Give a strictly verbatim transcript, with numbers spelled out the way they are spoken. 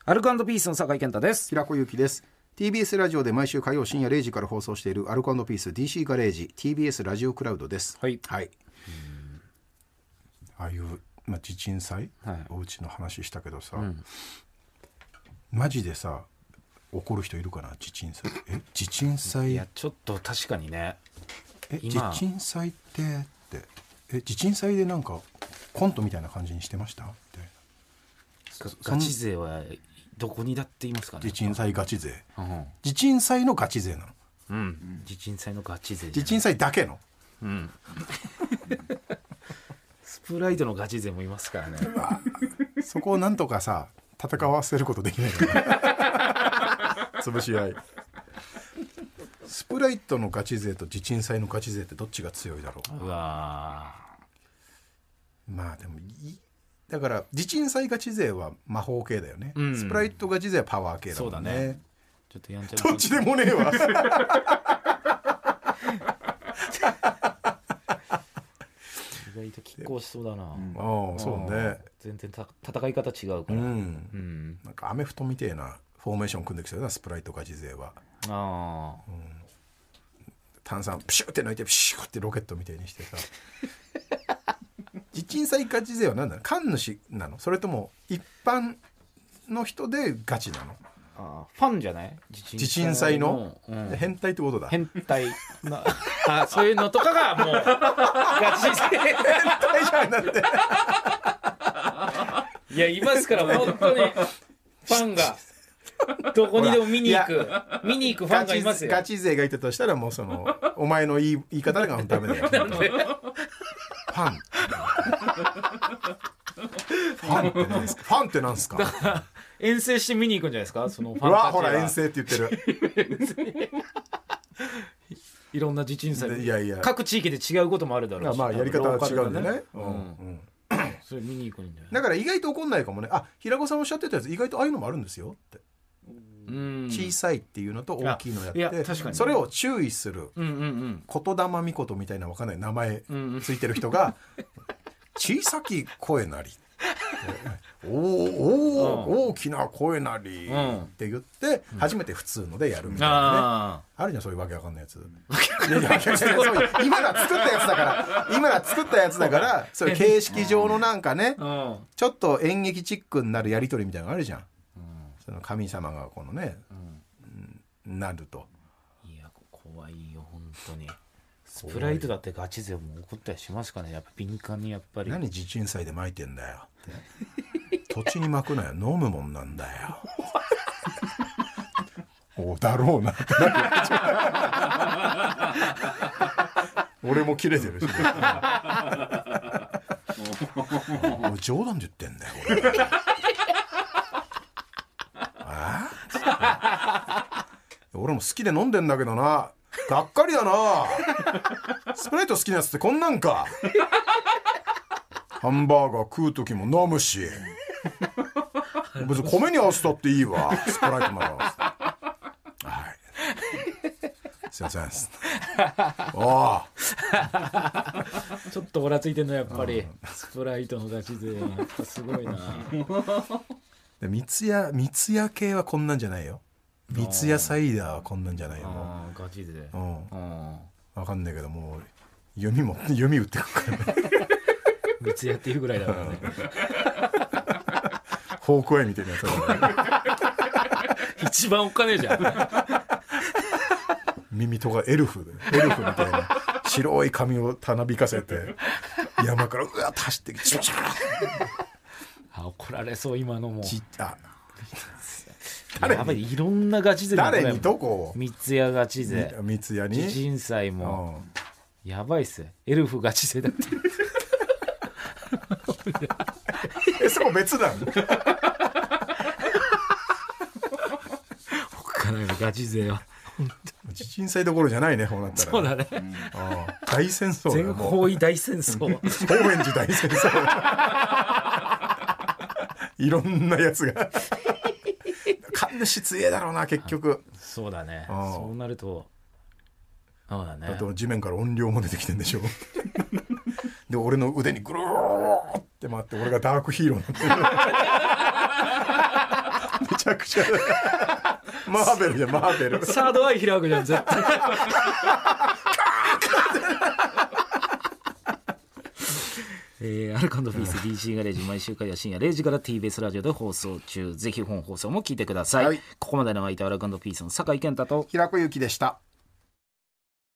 アルコ&ピースの酒井健太です。 平子祐希です。 ティービーエス ラジオで毎週火曜深夜れいじから放送しているアルコ&ピース ディーシー ガレージ ティービーエス ラジオクラウドです。 はい、 はい、ああいう、まあ、地震災、 はい、 お家の話したけどさ、 うん、 マジでさ怒る人いるかな。地震災え地震災いやちょっと確かにね。 え地今震災ってってえ地震災でなんかコントみたいな感じにしてましたって。 ガチ勢はどこにだっていますかね。 地震災ガチ勢、 うん、 地震災のガチ勢なの、 うんうん、地震災のガチ勢地震災だけの、 うん、スプライトのガチ勢もいますからねそこをなんとかさ戦わせることできないかな潰し合い。スプライトのガチ勢と地震災のガチ勢ってどっちが強いだろう。 うわまあでもいいだから地震災ガチ勢は魔法系だよね、うん、スプライトガチ勢はパワー系だもんね。そうだね。 ちょっとやんちゃなどっちでもねえわ意外と拮抗しそうだな、うん、 ああそうね。 全然た戦い方違うから、うんうん、 なんかアメフトみたいなフォーメーション組んできそうだなスプライトガチ勢は。あ、うん、炭酸プシュって抜いてプシュってロケットみたいにしてさ地震災ガチ勢は何なの。神主なのそれとも一般の人でガチなの。 あファンじゃない。 地震災の、うん、変態ってことだ。 変態なあそういうのとかがもうガチ勢変態じゃんだっていやいますから本当にファンがどこにでも見に行く見に行くファンがいますよ。 ガチ勢がいたとしたらもうそのお前の言い、言い方がダメだよファンファンって何ですか。ファンって何ですか。 だから遠征して見に行くんじゃないですか。そのファンたちが。 うわほら遠征って言ってるいろんな地震災いやいや各地域で違うこともあるだろうし、 まあやり方は違うんでね、うんうん、 それ見に行くんだよ。 だから意外と怒んないかもね。あ平子さんおっしゃってたやつ意外とああいうのもあるんですよって。うん小さいっていうのと大きいのやって確かにそれを注意する、うんうんうん、言霊みことみたいな分かんない名前ついてる人が、うんうん、小さき声なりおお、うん、大きな声なりって言って初めて普通のでやるみたいなね、うん、あ, あるじゃんそういうわけわかんないやつ今のは作ったやつだから今のは作ったやつだからそういう形式上のなんかね、うん、ちょっと演劇チックになるやり取りみたいなのがあるじゃん、うん、その神様がこのね、うん、なるといや怖いよ本当に。スプライトだってガチ勢も起こったりしますかね。やっぱ敏感にやっぱり。 何地震災で撒いてんだよって土地に撒くなよ飲むもんなんだよおだろうなって俺もキレてるしもう冗談で言ってんだよ俺あ俺も好きで飲んでんだけどながっかりだなスプライト好きなやつってこんなんかハンバーガー食う時も飲むし別に米に合わせたっていいわスプライトならはいすいませんおちょっとオラついてんのやっぱりスプライトのガチ勢やっぱすごいな三ツ矢三ツ矢系はこんなんじゃないよ。三ツ矢サイダーはこんなんじゃないよ。 あガチで、 うん、分かんないけどもう弓も弓打ってくるからね三ツ矢っていうぐらいだからねフォークアイみたいなやつだから一番おっかねえじゃん耳とかエルフエルフみたいな白い髪をたなびかせて山からうわっと走ってきてチュチュあ怒られそう今のもちあやばいいろんなガチ勢誰にどこ三ツ矢ガチ勢三ツ矢に地震災も、うん、やばいっすエルフガチ勢だってえそこ別なの他のガチ勢は地震災どころじゃないねこうなったら。 そうだね、 うん、あ大戦争だ全方位大戦争高円寺大戦争いろんなやつが神主強えだろうな結局。 そうだねそうなるとそうだねだって地面から音量も出てきてんでしょで俺の腕にぐるーって回って俺がダークヒーローになってるめちゃくちゃマーベルじゃマーベルサードアイ開くじゃん絶対えー、アルコ&ピース ディーシー ガレージ毎週火曜深夜れいじから ティービーエス ラジオで放送中。ぜひ本放送も聞いてください、はい、ここまでの相手はアルコ&ピースの酒井健太と平子ゆきでした。